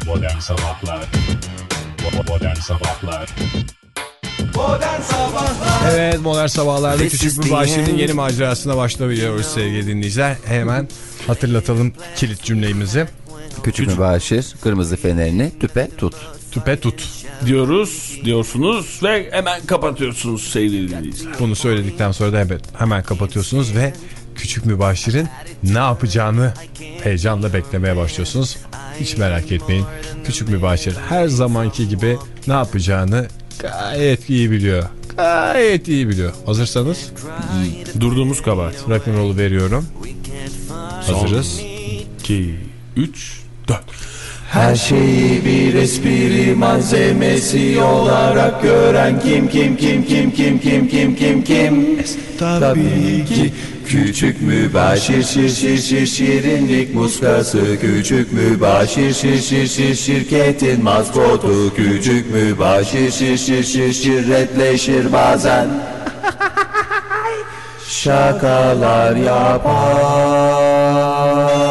Modern Sabahlar. Modern Sabahlar. Modern Sabahlar. Evet, Modern Sabahlar'da küçük bir başlığın yeni macerasına başlıyoruz sevgili dinleyiciler. Hemen hatırlatalım kilit cümlemizi. Küçük mübaşir kırmızı fenerini tüpe tut. Tüpe tut diyorsunuz ve hemen kapatıyorsunuz sevgili dinleyiciler. Bunu söyledikten sonra da hemen kapatıyorsunuz ve küçük mübaşirin ne yapacağını heyecanla beklemeye başlıyorsunuz. Hiç merak etmeyin, küçük mübaşir her zamanki gibi ne yapacağını gayet iyi biliyor. Gayet iyi biliyor. Hazırsanız Durduğumuz kabahat. rock'n'roll'u veriyorum. Hazırız. 2, 3, 4. Her şeyi bir espri malzemesi olarak gören kim? Tabii ki küçük mübaşir şirinlik muskası. Küçük mübaşir şirketin maskotu. Küçük mübaşir şirretleşir bazen. Şakalar yapar.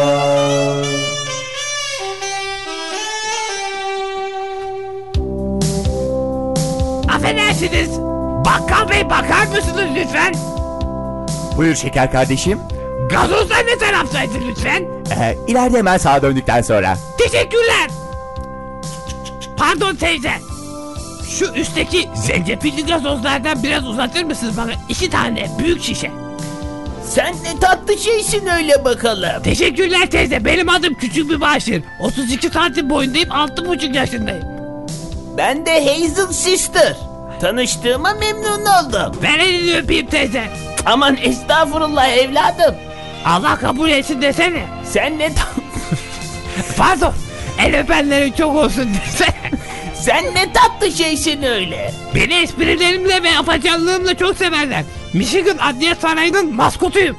Affedersiniz. Bakkal Bey, bakar mısınız lütfen? Buyur şeker kardeşim. Gazozlar ne taraftaydı lütfen? İleride hemen sağa döndükten sonra. Teşekkürler. Pardon teyze. Şu üstteki zencefilli gazozlardan biraz uzatır mısınız bana? 2 tane büyük şişe. Sen ne tatlı şeysin öyle bakalım. Teşekkürler teyze. Benim adım Küçük Mübaşir. 32 santim boyundayım, 6,5 yaşındayım. Ben de Hazel Sister. Tanıştığıma memnun oldum. Ver elini öpeyim teyze. Aman estağfurullah evladım. Allah kabul etsin desene. Sen ne Pardon. El öpenlerin çok olsun desene. Sen ne tatlı şeysin öyle. Beni esprilerimle ve afacanlığımla çok severler. Michigan Adliye Sarayı'nın maskotuyum.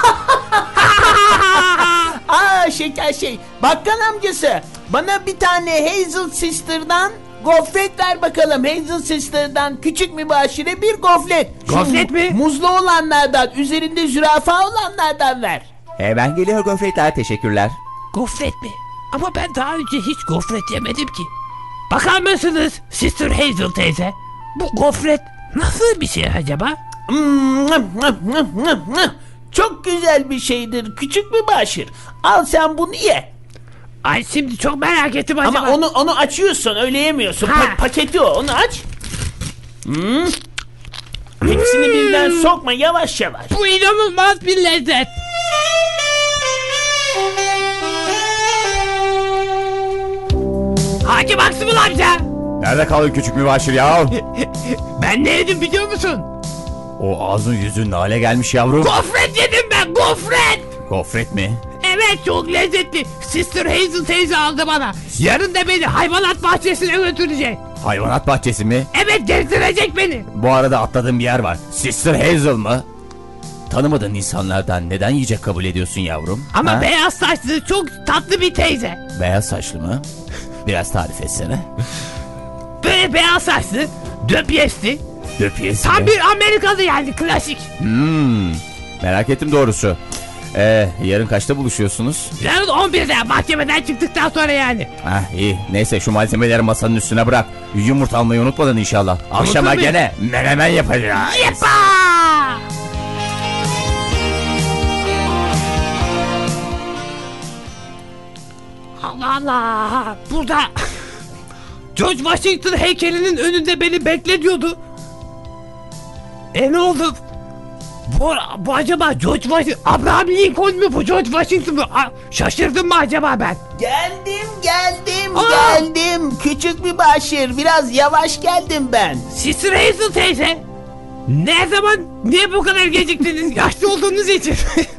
Aa şeker şey. Bakkal amcası. Bana bir tane Hazel Sister'dan gofret ver bakalım. Hazel Sister'dan küçük mübaşire bir gofret. Gofret mi? Muzlu olanlardan, üzerinde zürafa olanlardan ver. Hemen geliyor gofretler, teşekkürler. Gofret mi? Ama ben daha önce hiç gofret yemedim ki. Bakar mısınız Sister Hazel teyze? Bu gofret nasıl bir şey acaba? Çok güzel bir şeydir küçük mübaşir. Al sen bunu ye. Ay şimdi çok merak ettim acaba. Ama onu açıyorsun, öyle yemiyorsun. Paketi o, onu aç. Hepsini birden sokma, yavaş yavaş. Bu inanılmaz bir lezzet. Hacı Maksım'ın amca. Nerede kaldın küçük mübaşir ya? Ben ne yedim biliyor musun? O ağzın yüzün hale gelmiş yavrum. Gofret yedim ben, gofret. Gofret mi? Evet, çok lezzetli. Sister Hazel teyze aldı bana. Yarın da beni hayvanat bahçesine götürecek. Hayvanat bahçesi mi? Evet, gezdirecek beni. Bu arada atladığım bir yer var. Sister Hazel mı? Tanımadığın insanlardan neden yiyecek kabul ediyorsun yavrum? Ama beyaz saçlı, çok tatlı bir teyze. Beyaz saçlı mı? Biraz tarif etsene. Böyle beyaz saçlı, döpyesli. Döpyesi Tam mi? bir Amerikalı yani, klasik. Merak ettim doğrusu. Yarın kaçta buluşuyorsunuz? Yarın 11'de mahkemeden çıktıktan sonra yani. İyi. Neyse şu malzemeleri masanın üstüne bırak. Yumurta almayı unutmadın inşallah. Akşama tabii. gene menemen yapacağız. Yepa! Allah Allah. Burada George Washington heykelinin önünde beni bekletiyordu. Ne oldu? Bu acaba George Washington, Abraham Lincoln mu bu, George Washington mu? Şaşırdım mı acaba ben? Geldim. Aa! Geldim. Küçük mübaşir, biraz yavaş geldim ben. Sister Hazel teyze. Ne zaman, niye bu kadar geciktiniz? Yaşlı olduğunuz için.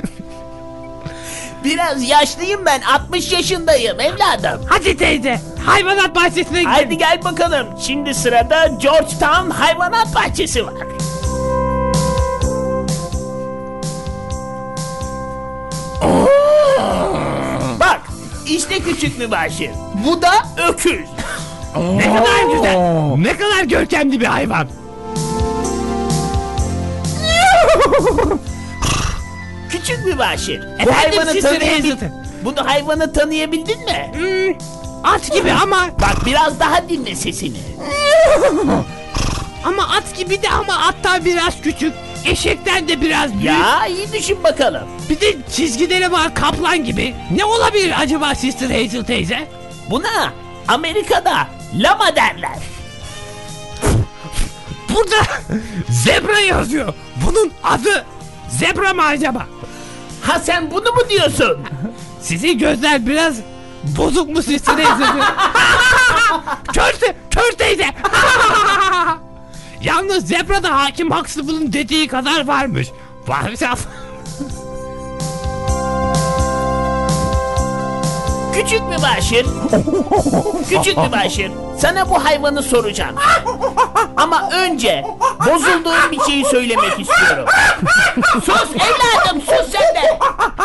Biraz yaşlıyım ben, 60 yaşındayım evladım. Hadi teyze, hayvanat bahçesine gidelim. Haydi gel bakalım. Şimdi sırada Georgetown Hayvanat Bahçesi var. Bak, işte küçük mübaşir. Bu da öküz. Ne kadar güzel, ne kadar görkemli bir hayvan. Küçük mübaşir. Efendim Sister Hazel. Bunu hayvanı tanıyabildin mi? Az at gibi ama Bak biraz daha dinle sesini. ama at gibi de ama attan biraz küçük. Eşekten de biraz büyük. Ya iyi düşün bakalım. Bir de çizgileri var kaplan gibi. Ne olabilir acaba Sister Hazel teyze? Buna Amerika'da lama derler. Burada zebra yazıyor. Bunun adı zebra mı acaba? Ha sen bunu mu diyorsun? Sizin gözler biraz bozuk mu Sister Hazel? Kör teyze. Yalnız zebrada Hakim Huxtable'ın dediği kadar varmış. Küçük mübaşir. Küçük mübaşir. Sana bu hayvanı soracağım. Ama önce bozulduğum bir şeyi söylemek istiyorum. Sus evladım sus sen de.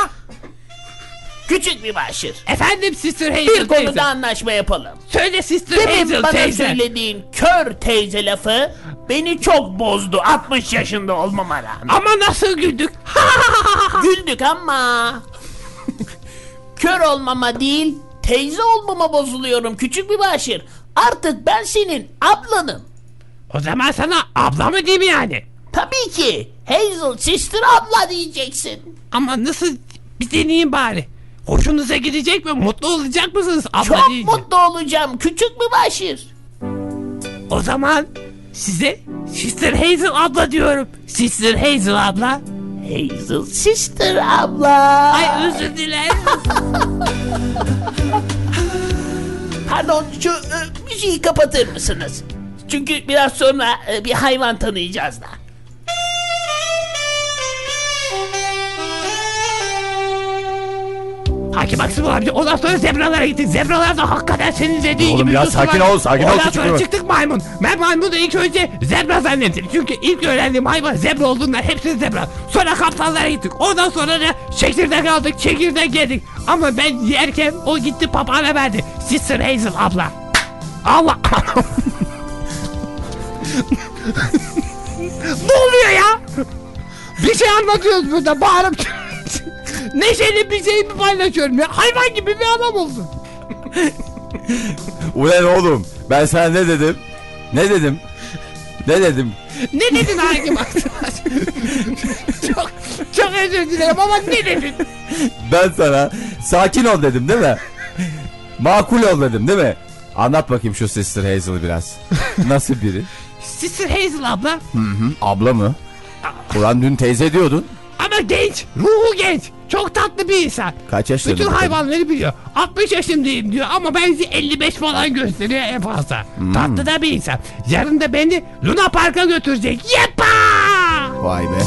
Küçük mübaşir. Efendim Sister Hazel Bir teyze. konuda anlaşma yapalım. Söyle Sister Demin Hazel bana teyze. söylediğin kör teyze lafı beni çok bozdu 60 yaşında olmama rağmen. Ama nasıl güldük? Güldük ama kör olmama değil teyze olmama bozuluyorum küçük mübaşir. Artık ben senin ablanım. O zaman sana abla mı diyeyim yani? Tabii ki Hazel sister abla diyeceksin. Ama nasıl bir deneyeyim bari. Hoşunuza gidecek mi? Mutlu olacak mısınız abla Çok deyince? mutlu olacağım küçük mübaşir. O zaman size Sister Hazel abla diyorum. Sister Hazel abla. Hazel sister abla. Ay özür dilerim. Pardon şu müziği kapatır mısınız? Çünkü biraz sonra bir hayvan tanıyacağız da. Hakim Huxtable abi. Ondan sonra zebralara gittik. Zebralar da hakikaten senin dediğin Oğlum gibi. biraz yusuflar. sakin ol, sakin ol Ondan küçük sonra baba. çıktık maymun. Ben maymunu ilk önce zebra zannettim. Çünkü ilk öğrendiğim hayvan zebra olduğundan hepsi zebra. Sonra kaplanlara gittik. Ondan sonra da çekirdek aldık. Çekirdek yedik. Ama ben yerken o gitti papağana verdi. Sister Hazel abla. Allah. Ne oluyor ya? Bir şey anlatıyoruz burada. Bağırıp neşeli bir şey mi paylaşıyorum ya? Hayvan gibi bir adam oldun. Ulan oğlum ben sana ne dedim? Ne dedim? Ne dedim? Ne dedin Hakim çok özür dilerim ama ne dedin? Ben sana sakin ol dedim değil mi? Makul ol dedim değil mi? Anlat bakayım şu Sister Hazel'ı biraz. Nasıl biri? Sister Hazel abla Abla mı? Kur'an dün teyze diyordun. ama genç, ruhu genç. Çok tatlı bir insan. Kaç yaşlarında? Bütün bu kadın? hayvanları biliyor. 60 yaşındayım diyor ama bence 55 falan gösteriyor en fazla. Tatlı da bir insan. Yarın da beni Luna Park'a götürecek. Yepa! Vay be.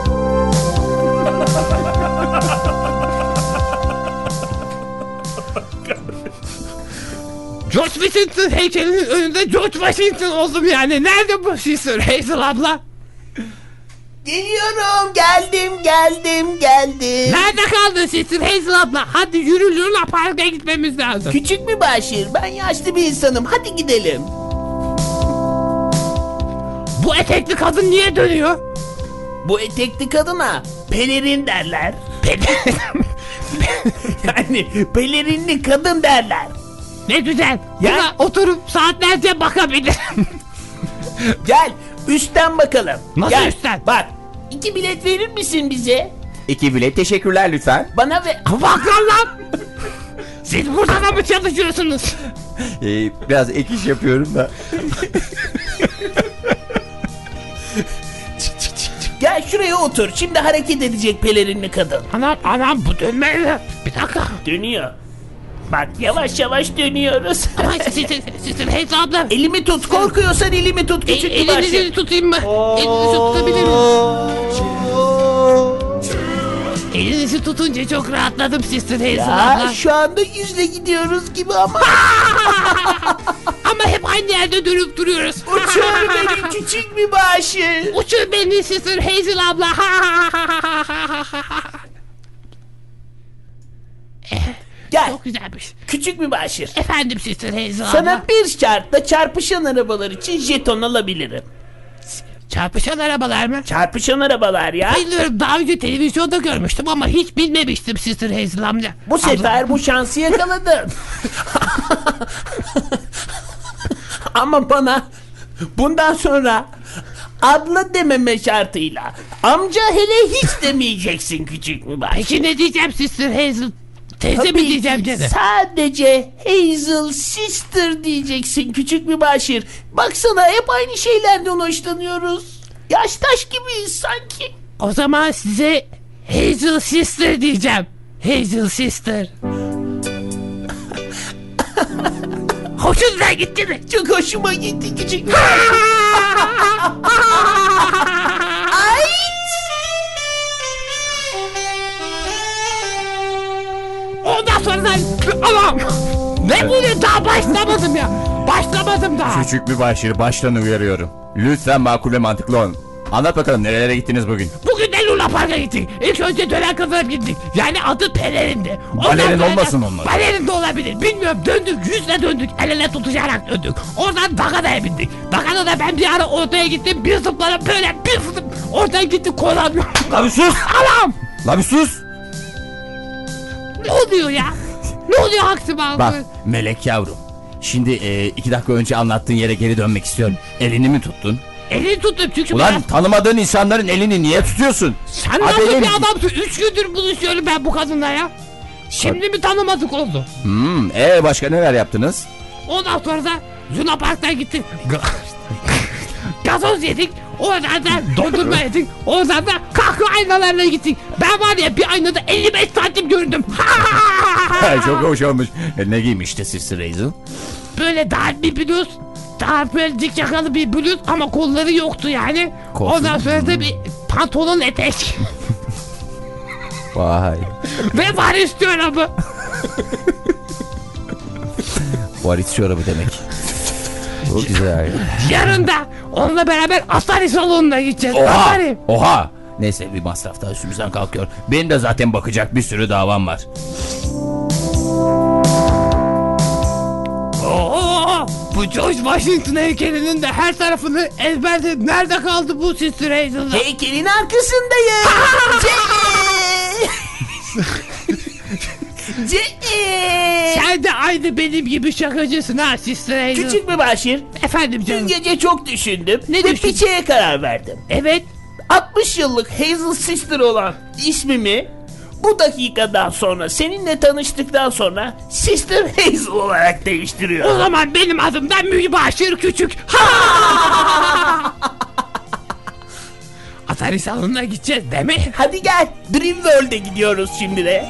George Washington heykelinin önünde George Washington oldum yani. Nerede bu Sister Hazel abla? Geliyorum geldim. Nerede kaldın Sister Hazel abla? Hadi yürü Luna Park'a gitmemiz lazım. Küçük mübaşir ben yaşlı bir insanım hadi gidelim. Bu etekli kadın niye dönüyor? Bu etekli kadına pelerin derler. Yani pelerinli kadın derler. Ne güzel. Ya- Buna oturup saatlerce bakabilirim. Gel üstten bakalım. Nasıl Gel, üstten? Bak 2 bilet verir misin bize? 2 bilet teşekkürler lütfen. Bana ve... Bak lan! Siz burada da mı çalışıyorsunuz? Biraz ek iş yapıyorum da. Gel şuraya otur. Şimdi hareket edecek pelerinli kadın. Anam bu dönme. Bir dakika. Dönüyor. Bak yavaş yavaş dönüyoruz. Ama Sister Hazel abla. Elimi tut. Korkuyorsan elimi tut küçük bir Elinizi başı. tutayım mı? Elinizi tutabilir miyim? Elinizi tutunca çok rahatladım Sister Hazel abla. Ya şu anda yüzle gidiyoruz gibi ama. Ama hep aynı yerde dönüp duruyoruz. Uçur beni küçük bir başı. Uçur beni Sister Hazel abla. Gel Çok güzelmiş. küçük bir başı. Efendim Sister Hazel Sana abla. bir şartla çarpışan arabalar için jeton alabilirim. Çarpışan arabalar mı? Çarpışan arabalar ya. Bilmiyorum, daha önce televizyonda görmüştüm ama hiç bilmemiştim Sister Hazel amca. Bu sefer bu şansı yakaladın. Ama bana bundan sonra abla dememe şartıyla amca hele hiç demeyeceksin küçük mübaşir. Peki ne diyeceğim Sister Hazel? Teyze mi Tabii diyeceğim ki gene? sadece Hazel sister diyeceksin küçük mübaşir. Baksana hep aynı şeylerden hoşlanıyoruz. Yaştaş gibiyiz sanki. O zaman size Hazel Sister diyeceğim. Hazel Sister. Hoşunuza gitti mi? Çok hoşuma gitti küçük mübaşir. Ay! Ondan sonra da... Anam! Ne bu, daha başlamadım ya. Başlamadım daha. Küçük mübaşir, baştan uyarıyorum. Lütfen makul ve mantıklı olun. Anlat bakalım, nerelere gittiniz bugün? Bugün de Luna Park'a gittik. İlk önce dönen kızlara gittik. Yani adı Pelerin'di. Ondan Balerin sonra olmasın da- onlar. Balerin de olabilir. Bilmiyorum, döndük. Yüzle döndük. El ele tutuşarak döndük. Oradan Dagada'ya bindik. Dagada'da ben bir ara ortaya gittim. Bir zıpladım böyle bir zıpladım. Oradan gittik Konamıyorum. La bir sus! Anam! La bir sus! Ne oluyor ya? Ne oluyor Haksım abi? Bak Melek yavrum. Şimdi 2 dakika önce anlattığın yere geri dönmek istiyorum. Elini mi tuttun? Elini tuttum çünkü Ulan ben... tanımadığın insanların elini niye tutuyorsun? Sen nasıl Adelin- bir adamsın? 3 gündür buluşuyorum ben bu kadınla ya. Şimdi mi tanımadık oldu? Başka neler yaptınız? Ondan sonra da Luna Park'tan gittik. Gazoz yedik. Oradan da dondurma yedik. Oradan da kahve aynalarına gittik. Ben var ya bir aynada 55 santim gördüm. Çok hoş olmuş. Ne giymişti Sister Hazel? Böyle dar bir bluz. Daha böyle dik yakalı bir bluz ama kolları yoktu yani. Kolsuz. Ondan sonra da bir pantolon etek. Vay. Ve var istiyorum bu. Varis çorabı demek. Çok güzel. Yarın da onunla beraber Atari salonuna gideceğiz. Oha! Atari. Oha! Neyse, bir masraf daha üstümüzden kalkıyor. Benim de zaten bakacak bir sürü davam var. Oo, bu George Washington heykelinin de her tarafını ezberledim. Nerede kaldı bu Sister Hazel'da? Heykelin arkasındayım. Sen de aynı benim gibi şakacısın ha Sister Hazel. Küçük mübaşir, Efendim dün canım. gece çok düşündüm Ne ve düşündün? piçeye karar verdim. Evet. 60 yıllık Hazel Sister olan ismimi bu dakikadan sonra seninle tanıştıktan sonra Sister Hazel olarak O değiştiriyorum. zaman benim adım da Mübaşir Küçük. Ha! Atari salonuna gideceğiz değil mi? Hadi gel, Dream World'e gidiyoruz şimdi de.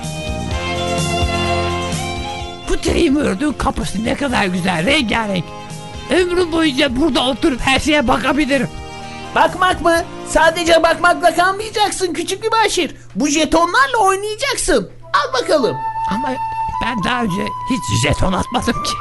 Bu Dreamworld'un kapısı ne kadar güzel, rengarenk. Ömrüm boyunca burada oturup her şeye bakabilirim. Bakmak mı? Sadece bakmakla kalmayacaksın küçük mübaşir. Bu jetonlarla oynayacaksın. Al bakalım. Ama ben daha önce hiç jeton atmadım ki.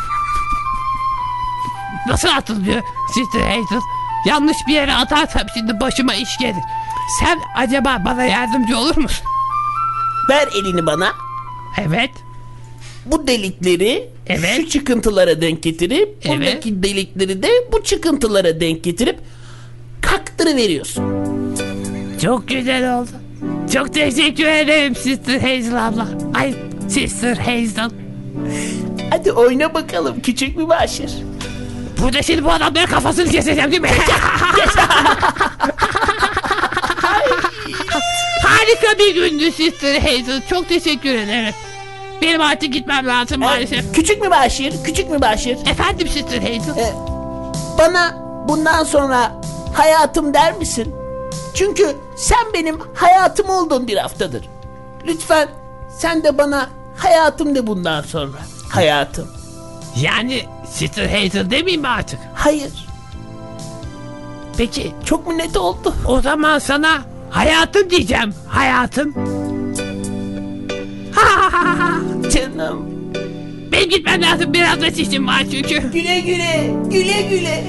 Nasıl atılıyor Sister Hazel? Yanlış bir yere atarsam şimdi başıma iş gelir. Sen acaba bana yardımcı olur musun? Ver elini bana. Evet. Bu delikleri Evet. şu çıkıntılara denk getirip Evet. buradaki delikleri de bu çıkıntılara denk getirip kaktırıveriyorsun. Çok güzel oldu. Çok teşekkür ederim Sister Hazel abla. Ay Sister Hazel. Hadi oyna bakalım küçük mübaşir. Burada şimdi bu adamların kafasını keseceğim değil mi? Harika bir gündü Sister Hazel. Çok teşekkür ederim. Benim artık gitmem lazım maalesef. Küçük mübaşir. Efendim Sister Hazel. Bana bundan sonra hayatım der misin? Çünkü sen benim hayatım oldun bir haftadır. Lütfen sen de bana hayatım de bundan sonra. Hayatım. Yani Sister Hazel demeyeyim mi artık? Hayır. Peki Çok mu net oldu? o zaman sana hayatım diyeceğim. Hayatım. Canım. Benim gitmem lazım, biraz da işim var çünkü. Güle güle. Güle güle.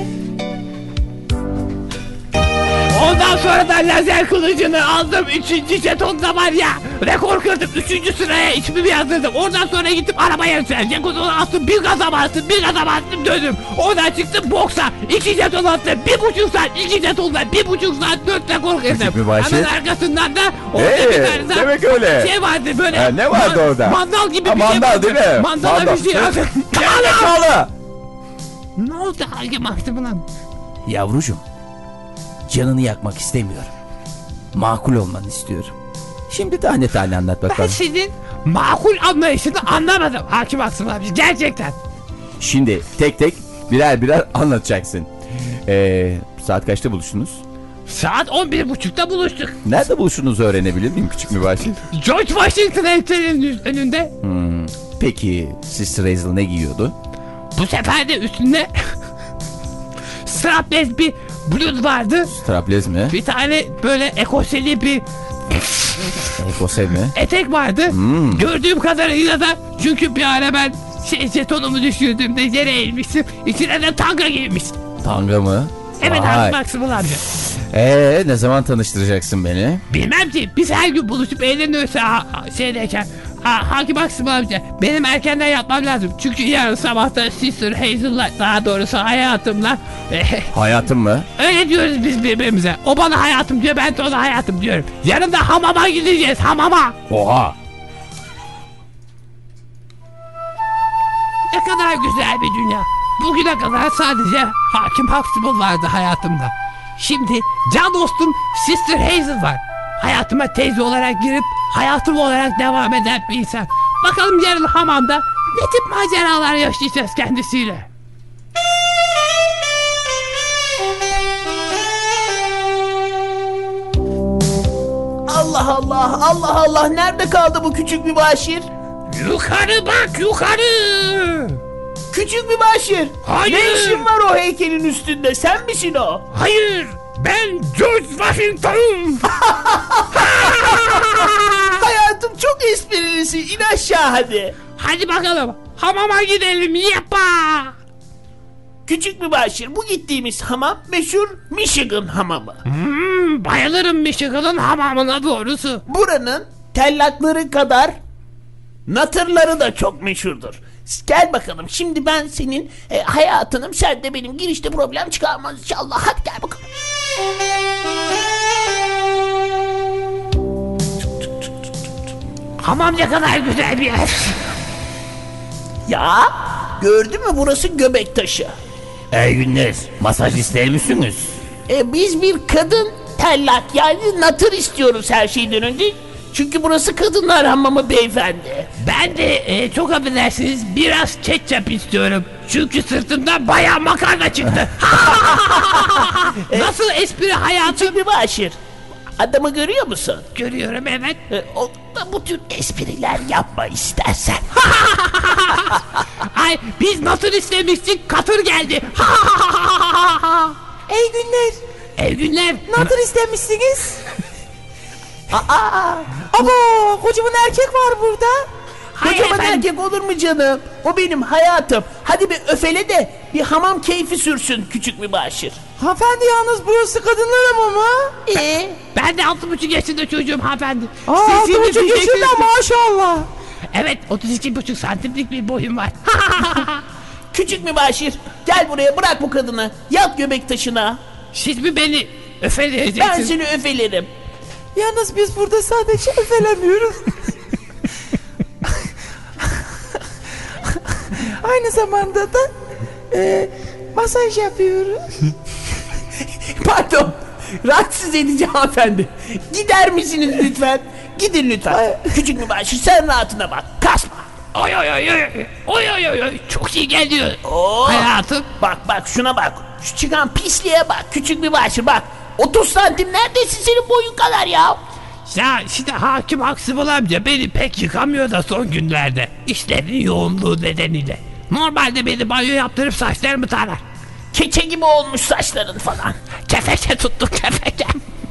Ondan sonra da lazer kılıcını aldım. 3. jetonda var ya. Rekor kırdım. 3. sıraya ismimi yazdırdım. Oradan sonra gittim arabaya yöneteceğim. Jetonunu attım. Bir gaza bastım döndüm. Oradan çıktım boksa. 2 jeton attım. 1,5 saat. 2 jetonla 1,5 saat 4 rekor kırdım. mübaşir. Hemen arkasından da orada bir tane daha demek öyle. şey vardı böyle. Ha, ne vardı orada? Mandal gibi bir şey Mandal vardı. değil mi? Mandala bir şey Mandal. vardı. Gerizekalı! Ne oldu hangi baktı buna? Yavrucuğum, canını yakmak istemiyorum. Makul olmanı istiyorum. Şimdi tane tane anlat Ben bakalım. senin makul anlayışını anlamadım Hakim Aksım abi gerçekten. Şimdi tek tek birer anlatacaksın. Saat kaçta buluştunuz? Saat 11.30'da buluştuk. Nerede buluştuğunuzu öğrenebilir miyim küçük mübaşir? George Washington heykelinin önünde. Peki Sister Hazel ne giyiyordu? Bu sefer de üstünde strapless bir bluz vardı. Strapless mi? Bir tane böyle ekoseli bir Ekose mi? etek vardı. Gördüğüm kadarıyla da çünkü bir ara ben jetonumu düşürdüğümde yere eğilmiştim. İçine de tanga giymiş. Tanga mı? Evet Vay. Hakim Aksım amca. Ne zaman tanıştıracaksın beni? Bilmem ki biz her gün buluşup eğleniyorsa şeydeyken Hakim Aksım amca benim erkenden yatmam lazım. Çünkü yarın sabahta Sister Hazel'la daha doğrusu hayatımla Hayatım mı? öyle diyoruz biz birbirimize. O bana hayatım diyor ben de ona hayatım diyorum. Yarın da hamama gideceğiz hamama. Oha! Ne kadar güzel bir dünya. Bugüne kadar sadece Hakim Huxtable vardı hayatımda. Şimdi can dostum Sister Hazel var. Hayatıma teyze olarak girip hayatım olarak devam eden bir insan. Bakalım yarın hamamda ne tip maceralar yaşayacağız kendisiyle. Allah Allah, Allah Allah, nerede kaldı bu küçük mübaşir? Yukarı bak yukarı. Küçük mübaşir, Hayır. ne işin var o heykelin üstünde? Sen misin o? Hayır ben George Washington'um. Hayatım çok esprilisin, in aşağı hadi. Hadi bakalım hamama gidelim yapma. Küçük mübaşir, bu gittiğimiz hamam meşhur Michigan hamamı. Bayılırım Michigan'ın hamamına doğrusu. Buranın tellakları kadar natırları da çok meşhurdur. Gel bakalım, şimdi ben senin hayatınım, sen de benim girişte problem çıkarmaz inşallah. Hadi gel bakalım. Hamam ne kadar güzel bir yer. Ya gördün mü, burası göbek taşı. İyi günler. Masaj ister misiniz? Biz bir kadın tellak yani natır istiyoruz her şeyden önce. Çünkü burası kadınlar hamamı beyefendi. Ben de çok affedersiniz biraz ketçap istiyorum. Çünkü sırtımdan bayağı makarna çıktı. Nasıl espri hayatım? Küçük mübaşir, adamı görüyor musun? Görüyorum evet. O da bu tür espriler yapma istersen. Ay biz natır istemiştik katır geldi. İyi günler. İyi günler. Natır istemişsiniz. Abo, kocaman erkek var burada. Hayır Kocaman efendim. erkek olur mu canım? O benim hayatım. Hadi bir öfele de bir hamam keyfi sürsün küçük mübaşir. Hanımefendi yalnız burası kadınlar hamamı. Ben de 6,5 yaşında çocuğum hanımefendi. Aa, Siz şimdi 6,5 yaşında diyeceksiniz- maşallah. Evet 32,5 santimlik bir boyum var. Küçük mübaşir, gel buraya, bırak bu kadını. Yat göbek taşına. Siz mi beni Ben öfeleyeceksiniz? seni öfelerim. Yalnız biz burada sadece öfelemiyoruz. Aynı zamanda da masaj yapıyoruz. Pardon, rahatsız edici hanımefendi. Gider misiniz lütfen? Gidin lütfen. Küçük mübaşir, sen rahatına bak. Kasma. Oy oy oy oy. Oy oy oy oy. Çok iyi geliyor. Oo. Hayatım. Bak bak şuna bak. Şu çıkan pisliğe bak. Küçük mübaşir bak. 30 santim neredeyse senin boyun kadar ya. Ya işte Hakim Huxtable amca beni pek yıkamıyor da son günlerde. İşlerin yoğunluğu nedeniyle. Normalde beni banyo yaptırıp saçlarımı tarar. Keçe gibi olmuş saçların falan. Kefeke tuttuk kefeke.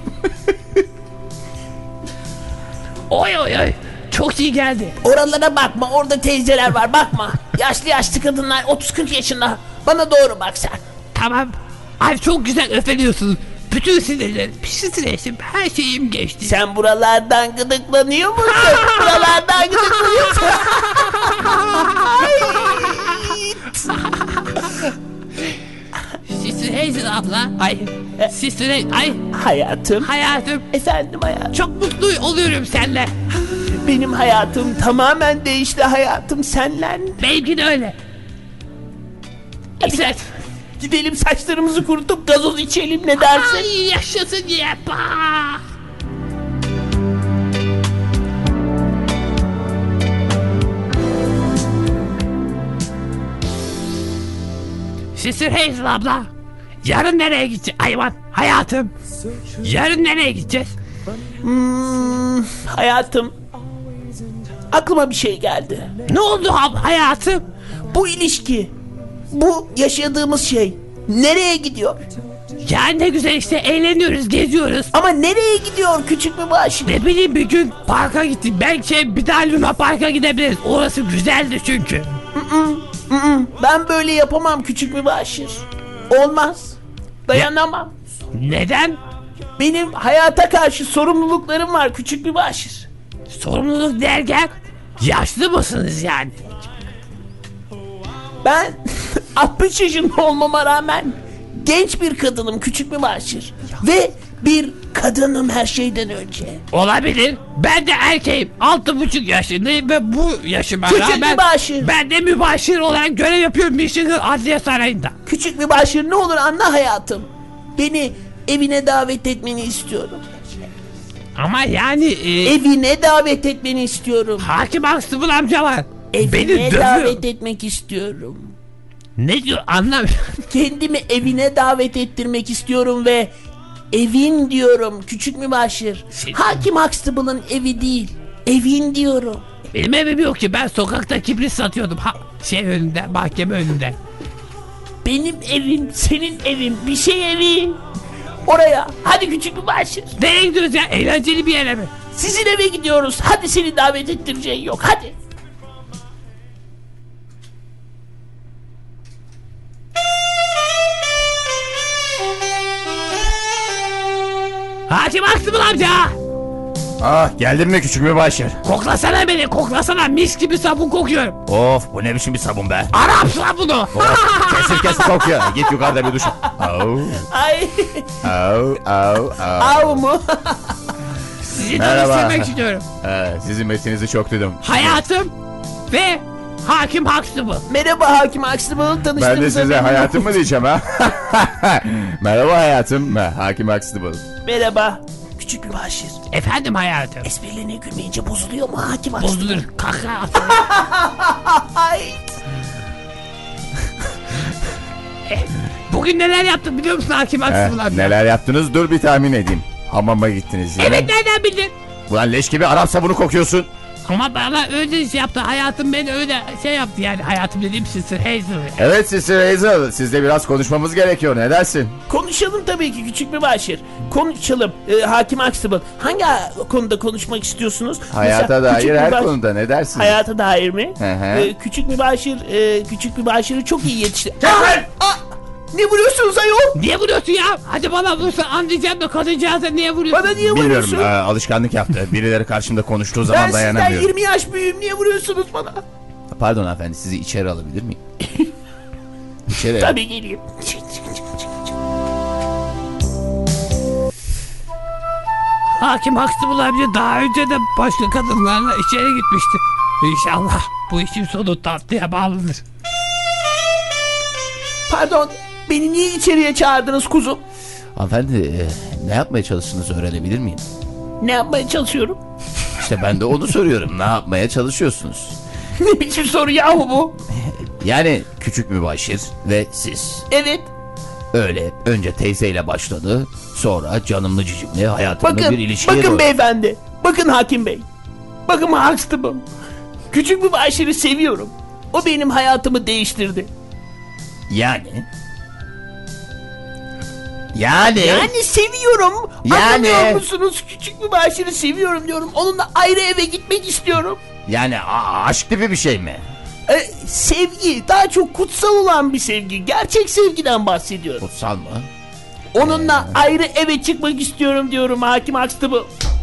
Oy oy oy. Çok iyi geldi. Oralara bakma, orada teyzeler var, bakma. Yaşlı yaşlı kadınlar 30-40 yaşında. Bana doğru bak sen. Tamam. Ay çok güzel öfeliyorsunuz. Bütün sinirlerim, stresim, her şeyim geçti. Sen buralardan gıdıklanıyor musun? Buralardan gıdıklanıyor musun? Sister Hazel abla. Ay. Sister Hazel. Ay. Hayatım. Hayatım. Efendim hayatım. Çok mutlu oluyorum seninle. Benim hayatım tamamen değişti hayatım senle. Belki de öyle. İster, Gidelim saçlarımızı kurutup gazoz içelim, ne dersin? Ay yaşasın yepa. Sister Hazel abla, yarın nereye gideceğiz? Hayvan, hayatım. Yarın nereye gideceğiz? Hayatım, aklıma bir şey geldi. Ne oldu hayatım? Bu ilişki, bu yaşadığımız şey nereye gidiyor? Yani ne güzel işte, eğleniyoruz, geziyoruz. Ama nereye gidiyor küçük mübaşir? Ne bileyim, bir gün parka gittik. Belki bir daha Luna Park'a gidebiliriz. Orası güzeldi çünkü. Ben böyle yapamam küçük mübaşir. Olmaz. Dayanamam. Neden? Benim hayata karşı sorumluluklarım var küçük mübaşir. Sorumluluk derken yaşlı mısınız yani? Ben 60 yaşında olmama rağmen genç bir kadınım küçük mübaşir. Ve bir kadınım her şeyden önce. Olabilir. Ben de erkeğim. 6,5 yaşındayım ve bu yaşıma Küçük rağmen mübaşir. ben de mübaşir olarak görev yapıyorum Michigan Adliye Sarayı'nda. Küçük mübaşir, ne olur anla hayatım. Beni evine davet etmeni istiyorum. Ama yani Evine davet etmeni istiyorum. Hakim Huxtable amca var. Beni Evine dövüyor. davet etmek istiyorum. Ne diyor anlamıyorum. Kendimi evine davet ettirmek istiyorum ve evin diyorum küçük mübaşir. Hakim Huxtable'ın evi değil, evin diyorum. Benim evim yok ki, ben sokakta kibrit satıyordum. Önünde, mahkeme önünde. Benim evim, senin evin, bir şey evi. Oraya, hadi küçük mübaşir. Nereye gidiyoruz ya? Eğlenceli bir yere mi? Sizin eve gidiyoruz. Hadi, seni davet ettireceğin yok. Hadi. Hakim Huxtable amca! Ah, geldin mi küçük mübaşir? Koklasana beni, koklasana. Mis gibi sabun kokuyorum. Of, bu ne biçim bir sabun be? Arap sabunu. Kesir kesir kokuyor. Git yukarıda bir duş. Au, Ay, au, au, au. av mu? Sizi Merhaba. tanıştırmak istiyorum. Sizin metninizi çok duydum. Hayatım ve Hakim Huxtable. Merhaba Hakim Huxtable'ın tanıştığımıza Ben de size memnun hayatım oldum. mı diyeceğim ha? Merhaba hayatım. Hakim Huxtable. Merhaba. Küçük mübaşir. Efendim hayatım. Esprilerine gülmeyince bozuluyor mu Hakim Huxtable? Bozulur. Kahkaha atın. Ay. Bugün neler yaptık biliyor musun Hakim Huxtable amca? Neler yaptınız? Dur bir tahmin edeyim. Hamama gittiniz yine. Evet, nereden bildin? Ulan leş gibi Arap sabunu kokuyorsun. Ama bana öyle şey yaptı. Hayatım beni öyle şey yaptı yani. Hayatım dediğim Sister Hazel. Evet Sister Hazel. Sizle biraz konuşmamız gerekiyor. Ne dersin? Konuşalım tabii ki küçük mübaşir. Konuşalım. Hakim Huxtable. Hangi konuda konuşmak istiyorsunuz? Hayata Mesela küçük dair her mübaşir- konuda ne dersin? Hayata dair mi? Hı hı. Küçük mübaşiri çok iyi yetişti. Ne vuruyorsunuz ayol? Niye vuruyorsun ya? Hadi bana vursan anlayacağım da kadıncağıza niye vuruyorsun? Bana niye Bilmiyorum. vuruyorsun? Alışkanlık yaptı. Birileri karşımda konuştuğu Ben zaman sizden dayanamıyorum. 20 yaş büyüğüm, niye vuruyorsunuz bana? Pardon hanımefendi, sizi içeri alabilir miyim? İçeri. Tabii geleyim. Hakim Huxtable amca daha önce de başka kadınlarla içeri gitmişti. İnşallah bu işin sonu tatlıya bağlanır. Pardon, beni niye içeriye çağırdınız kuzum? Hanımefendi, ne yapmaya çalıştığınızı öğrenebilir miyim? Ne yapmaya çalışıyorum? İşte ben de onu soruyorum. Ne yapmaya çalışıyorsunuz? Ne biçim soru yahu bu? Yani küçük mübaşir ve siz. Evet. Öyle önce teyzeyle başladı. Sonra canımlı cicimli hayatımda Bakın, bir ilişkiye bakın doğru. beyefendi. Bakın hakim bey. Bakın Huxtable. Küçük mübaşiri seviyorum. O benim hayatımı değiştirdi. Yani Yani seviyorum. Yani- Anlamıyor musunuz? Küçük mübaşiri seviyorum diyorum. Onunla ayrı eve gitmek istiyorum. yani aşk gibi bir şey mi? Sevgi, daha çok kutsal olan bir sevgi. Gerçek sevgiden bahsediyorum. Kutsal mı? Onunla ayrı eve çıkmak istiyorum diyorum hakim Huxtable.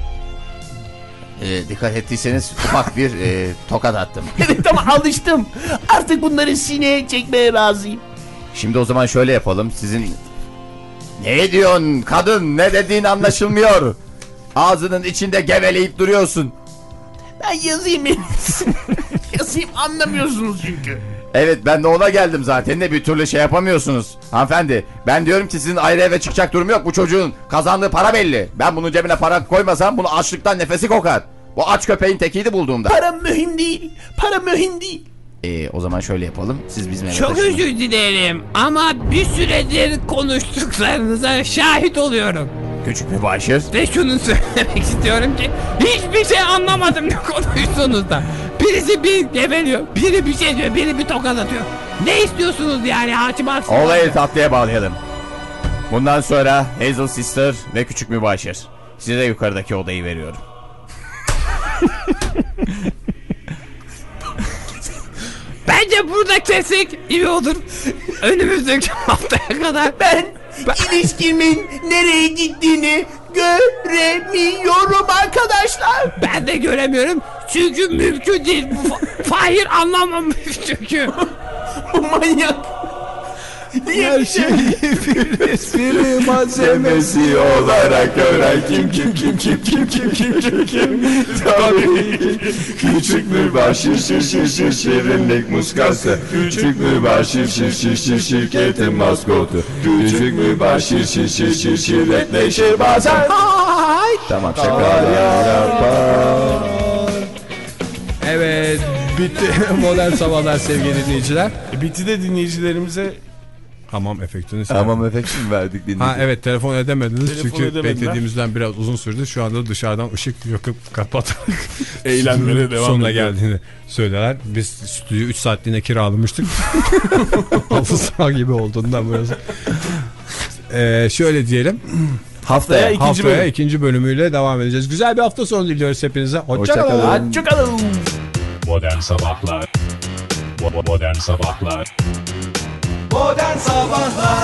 Dikkat ettiyseniz ufak bir tokat attım. Evet ama alıştım. Artık bunları sineye çekmeye razıyım. Şimdi o zaman şöyle yapalım. Sizin ne diyorsun kadın, ne dediğin anlaşılmıyor. Ağzının içinde geveleyip duruyorsun. Ben yazayım. Yazayım, anlamıyorsunuz çünkü. Evet ben de ona geldim zaten de bir türlü şey yapamıyorsunuz. Hanımefendi ben diyorum ki sizin ayrı eve çıkacak durumu yok. Bu çocuğun kazandığı para belli. Ben bunun cebine para koymasam bunu açlıktan nefesi kokar. Bu aç köpeğin tekiydi bulduğumda. Para mühim değil. Para mühim değil. O zaman şöyle yapalım. Siz bizim eve Çok taşının. özür dilerim ama bir süredir konuştuklarınıza şahit oluyorum. Küçük mübaşir. Ve şunu söylemek istiyorum ki hiçbir şey anlamadım ne konuştuğunuzda. da. Birisi bir geveliyor, biri bir şey diyor, biri bir tokat atıyor. Ne istiyorsunuz yani Hakim Aksın? Olayı tatlıya bağlayalım. Bundan sonra Hazel Sister ve Küçük Mübaşir. Size yukarıdaki odayı veriyorum. Bence burada kesik iyi olur. Önümüzdeki haftaya kadar Ben ilişkimin nereye gittiğini göremiyorum arkadaşlar. ben de göremiyorum. Çünkü mümkün değil. Fahir anlamamış çünkü. Bu manyak. Her şey bir espri Malzemesi olarak gören kim tabii ki Küçük Mübaşir şir şirinlik muskası Küçük Mübaşir şir şirketin maskotu Küçük Mübaşir şir şirretleşir bazen Tamam şakalar yapar. Evet, bitti Modern Sabahlar sevgili dinleyiciler. Bitti de dinleyicilerimize Hamam efektini Tamam efekt mi verdik dinledik? Ha evet telefon edemediniz Telefon çünkü edemediler. beklediğimizden biraz uzun sürdü. Şu anda dışarıdan ışık yakıp kapatarak eğlenmeye devam sonuna ediyor. geldiğini söylerler. Biz stüdyoyu 3 saatliğine kiralamıştık. Halı saha gibi olduğundan burası. Şöyle diyelim. Haftaya Haftaya ikinci bölümüyle devam edeceğiz. Güzel bir hafta sonu diliyoruz hepinize. Hoşçakalın. Hoşçakalın. Modern Sabahlar Modern Sabahlar Modern Sabahlar